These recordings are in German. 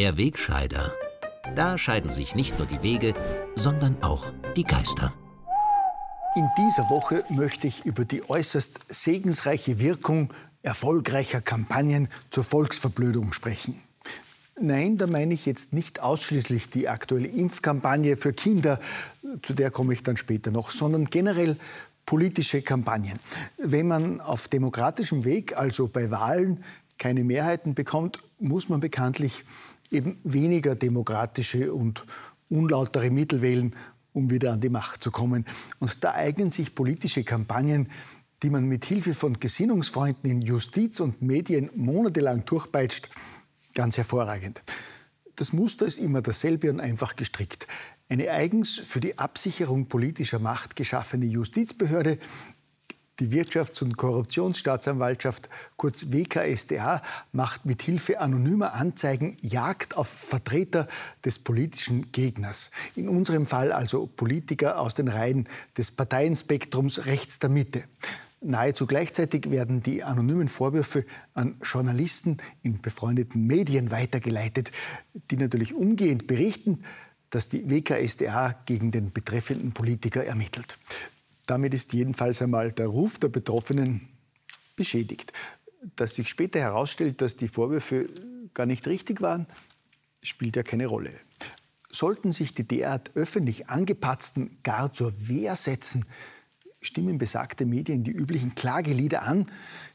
Der Wegscheider. Da scheiden sich nicht nur die Wege, sondern auch die Geister. In dieser Woche möchte ich über die äußerst segensreiche Wirkung erfolgreicher Kampagnen zur Volksverblödung sprechen. Nein, da meine ich jetzt nicht ausschließlich die aktuelle Impfkampagne für Kinder, zu der komme ich dann später noch, sondern generell politische Kampagnen. Wenn man auf demokratischem Weg, also bei Wahlen, keine Mehrheiten bekommt, muss man bekanntlich eben weniger demokratische und unlautere Mittel wählen, um wieder an die Macht zu kommen. Und da eignen sich politische Kampagnen, die man mit Hilfe von Gesinnungsfreunden in Justiz und Medien monatelang durchpeitscht, ganz hervorragend. Das Muster ist immer dasselbe und einfach gestrickt. Eine eigens für die Absicherung politischer Macht geschaffene Justizbehörde, die Wirtschafts- und Korruptionsstaatsanwaltschaft, kurz WKStA, macht mit Hilfe anonymer Anzeigen Jagd auf Vertreter des politischen Gegners. In unserem Fall also Politiker aus den Reihen des Parteienspektrums rechts der Mitte. Nahezu gleichzeitig werden die anonymen Vorwürfe an Journalisten in befreundeten Medien weitergeleitet, die natürlich umgehend berichten, dass die WKStA gegen den betreffenden Politiker ermittelt. Damit ist jedenfalls einmal der Ruf der Betroffenen beschädigt. Dass sich später herausstellt, dass die Vorwürfe gar nicht richtig waren, spielt ja keine Rolle. Sollten sich die derart öffentlich Angepatzten gar zur Wehr setzen, stimmen besagte Medien die üblichen Klagelieder an.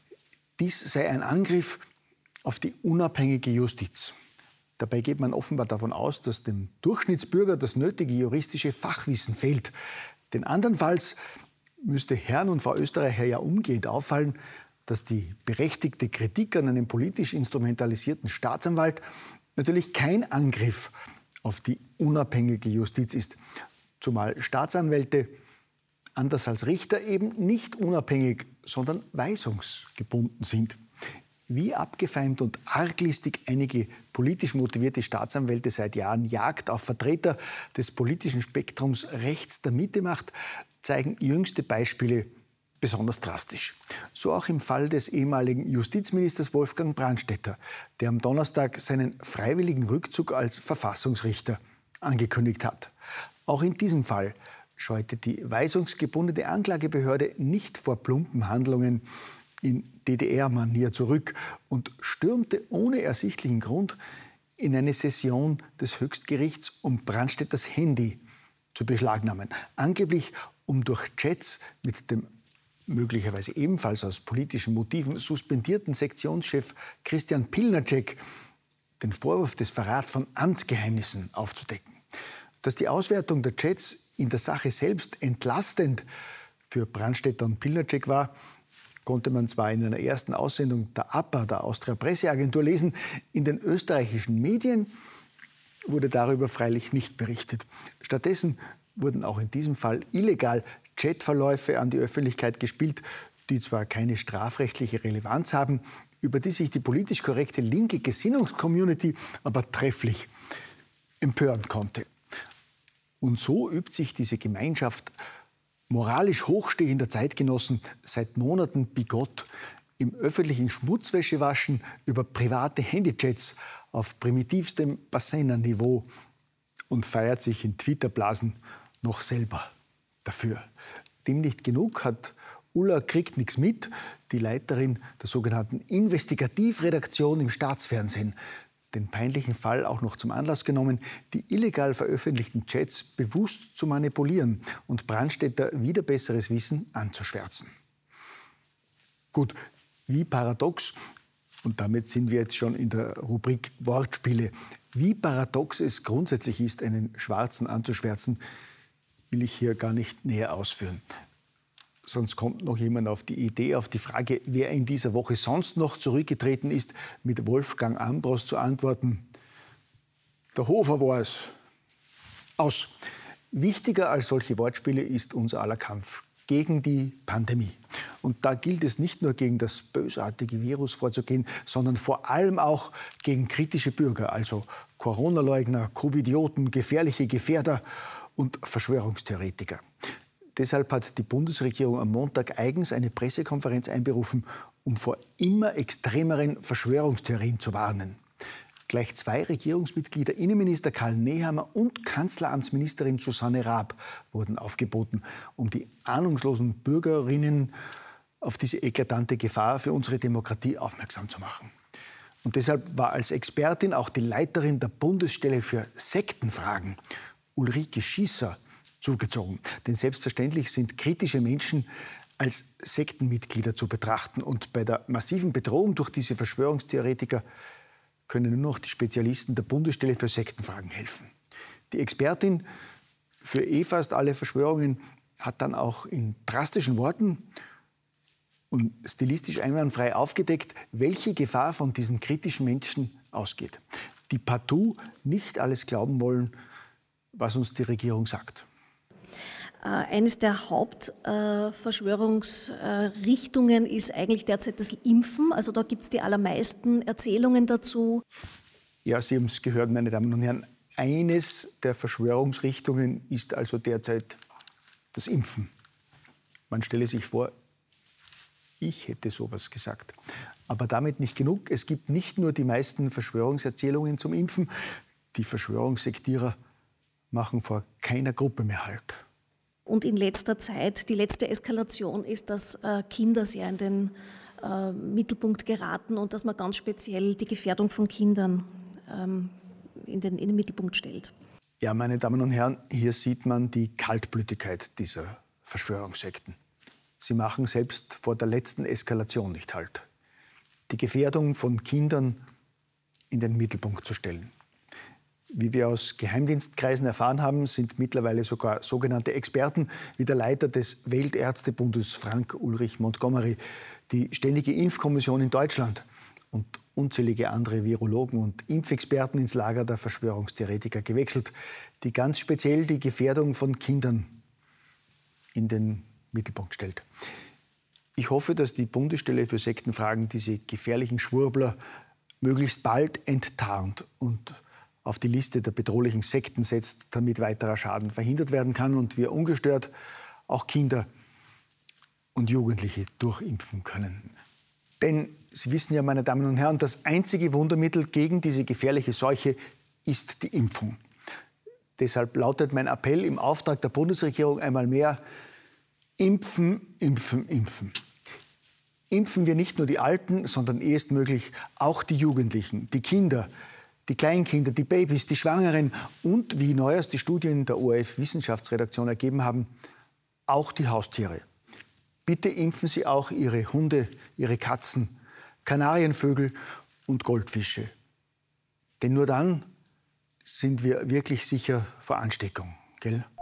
Dies sei ein Angriff auf die unabhängige Justiz. Dabei geht man offenbar davon aus, dass dem Durchschnittsbürger das nötige juristische Fachwissen fehlt. Denn andernfalls müsste Herrn und Frau Österreicher ja umgehend auffallen, dass die berechtigte Kritik an einem politisch instrumentalisierten Staatsanwalt natürlich kein Angriff auf die unabhängige Justiz ist. Zumal Staatsanwälte anders als Richter eben nicht unabhängig, sondern weisungsgebunden sind. Wie abgefeimt und arglistig einige politisch motivierte Staatsanwälte seit Jahren Jagd auf Vertreter des politischen Spektrums rechts der Mitte macht, zeigen jüngste Beispiele besonders drastisch. So auch im Fall des ehemaligen Justizministers Wolfgang Brandstätter, der am Donnerstag seinen freiwilligen Rückzug als Verfassungsrichter angekündigt hat. Auch in diesem Fall scheute die weisungsgebundene Anklagebehörde nicht vor plumpen Handlungen in DDR-Manier zurück und stürmte ohne ersichtlichen Grund in eine Session des Höchstgerichts, um Brandstätters Handy zu beschlagnahmen. Angeblich, um durch Chats mit dem möglicherweise ebenfalls aus politischen Motiven suspendierten Sektionschef Christian Pilnacek den Vorwurf des Verrats von Amtsgeheimnissen aufzudecken. Dass die Auswertung der Chats in der Sache selbst entlastend für Brandstätter und Pilnacek war, konnte man zwar in einer ersten Aussendung der APA, der Austria Presseagentur, lesen. In den österreichischen Medien wurde darüber freilich nicht berichtet. Stattdessen wurden auch in diesem Fall illegal Chatverläufe an die Öffentlichkeit gespielt, die zwar keine strafrechtliche Relevanz haben, über die sich die politisch korrekte linke Gesinnungscommunity aber trefflich empören konnte. Und so übt sich diese Gemeinschaft moralisch hochstehender Zeitgenossen seit Monaten bigott im öffentlichen Schmutzwäschewaschen über private Handychats auf primitivstem Bassiner-Niveau und feiert sich in Twitter-Blasen noch selber dafür. Dem nicht genug hat Ulla kriegt nichts mit, die Leiterin der sogenannten Investigativredaktion im Staatsfernsehen, den peinlichen Fall auch noch zum Anlass genommen, die illegal veröffentlichten Chats bewusst zu manipulieren und Brandstätter wider besseres Wissen anzuschwärzen. Gut, wie paradox, und damit sind wir jetzt schon in der Rubrik Wortspiele, wie paradox es grundsätzlich ist, einen Schwarzen anzuschwärzen, will ich hier gar nicht näher ausführen. Sonst kommt noch jemand auf die Idee, auf die Frage, wer in dieser Woche sonst noch zurückgetreten ist, mit Wolfgang Ambros zu antworten: Der Hofer war es. Aus. Wichtiger als solche Wortspiele ist unser aller Kampf gegen die Pandemie. Und da gilt es nicht nur gegen das bösartige Virus vorzugehen, sondern vor allem auch gegen kritische Bürger, also Corona-Leugner, Covidioten, gefährliche Gefährder und Verschwörungstheoretiker. Deshalb hat die Bundesregierung am Montag eigens eine Pressekonferenz einberufen, um vor immer extremeren Verschwörungstheorien zu warnen. Gleich 2 Regierungsmitglieder, Innenminister Karl Nehammer und Kanzleramtsministerin Susanne Raab, wurden aufgeboten, um die ahnungslosen Bürgerinnen auf diese eklatante Gefahr für unsere Demokratie aufmerksam zu machen. Und deshalb war als Expertin auch die Leiterin der Bundesstelle für Sektenfragen, Ulrike Schießer, zugezogen. Denn selbstverständlich sind kritische Menschen als Sektenmitglieder zu betrachten. Und bei der massiven Bedrohung durch diese Verschwörungstheoretiker können nur noch die Spezialisten der Bundesstelle für Sektenfragen helfen. Die Expertin für fast alle Verschwörungen hat dann auch in drastischen Worten und stilistisch einwandfrei aufgedeckt, welche Gefahr von diesen kritischen Menschen ausgeht, die partout nicht alles glauben wollen, was uns die Regierung sagt. Eines der Hauptverschwörungsrichtungen ist eigentlich derzeit das Impfen. Also da gibt es die allermeisten Erzählungen dazu. Ja, Sie haben es gehört, meine Damen und Herren. Eines der Verschwörungsrichtungen ist also derzeit das Impfen. Man stelle sich vor, ich hätte sowas gesagt. Aber damit nicht genug. Es gibt nicht nur die meisten Verschwörungserzählungen zum Impfen. Die Verschwörungssektierer machen vor keiner Gruppe mehr Halt. Und in letzter Zeit, die letzte Eskalation ist, dass Kinder sehr in den Mittelpunkt geraten und dass man ganz speziell die Gefährdung von Kindern in den Mittelpunkt stellt. Ja, meine Damen und Herren, hier sieht man die Kaltblütigkeit dieser Verschwörungssekten. Sie machen selbst vor der letzten Eskalation nicht Halt. Die Gefährdung von Kindern in den Mittelpunkt zu stellen. Wie wir aus Geheimdienstkreisen erfahren haben, sind mittlerweile sogar sogenannte Experten wie der Leiter des Weltärztebundes Frank Ulrich Montgomery, die Ständige Impfkommission in Deutschland und unzählige andere Virologen und Impfexperten ins Lager der Verschwörungstheoretiker gewechselt, die ganz speziell die Gefährdung von Kindern in den Mittelpunkt stellt. Ich hoffe, dass die Bundesstelle für Sektenfragen diese gefährlichen Schwurbler möglichst bald enttarnt und auf die Liste der bedrohlichen Sekten setzt, damit weiterer Schaden verhindert werden kann und wir ungestört auch Kinder und Jugendliche durchimpfen können. Denn Sie wissen ja, meine Damen und Herren, das einzige Wundermittel gegen diese gefährliche Seuche ist die Impfung. Deshalb lautet mein Appell im Auftrag der Bundesregierung einmal mehr: Impfen, impfen, impfen. Impfen wir nicht nur die Alten, sondern ehestmöglich auch die Jugendlichen, die Kinder, die Kleinkinder, die Babys, die Schwangeren und, wie neuerste Studien der ORF-Wissenschaftsredaktion ergeben haben, auch die Haustiere. Bitte impfen Sie auch Ihre Hunde, Ihre Katzen, Kanarienvögel und Goldfische. Denn nur dann sind wir wirklich sicher vor Ansteckung, gell?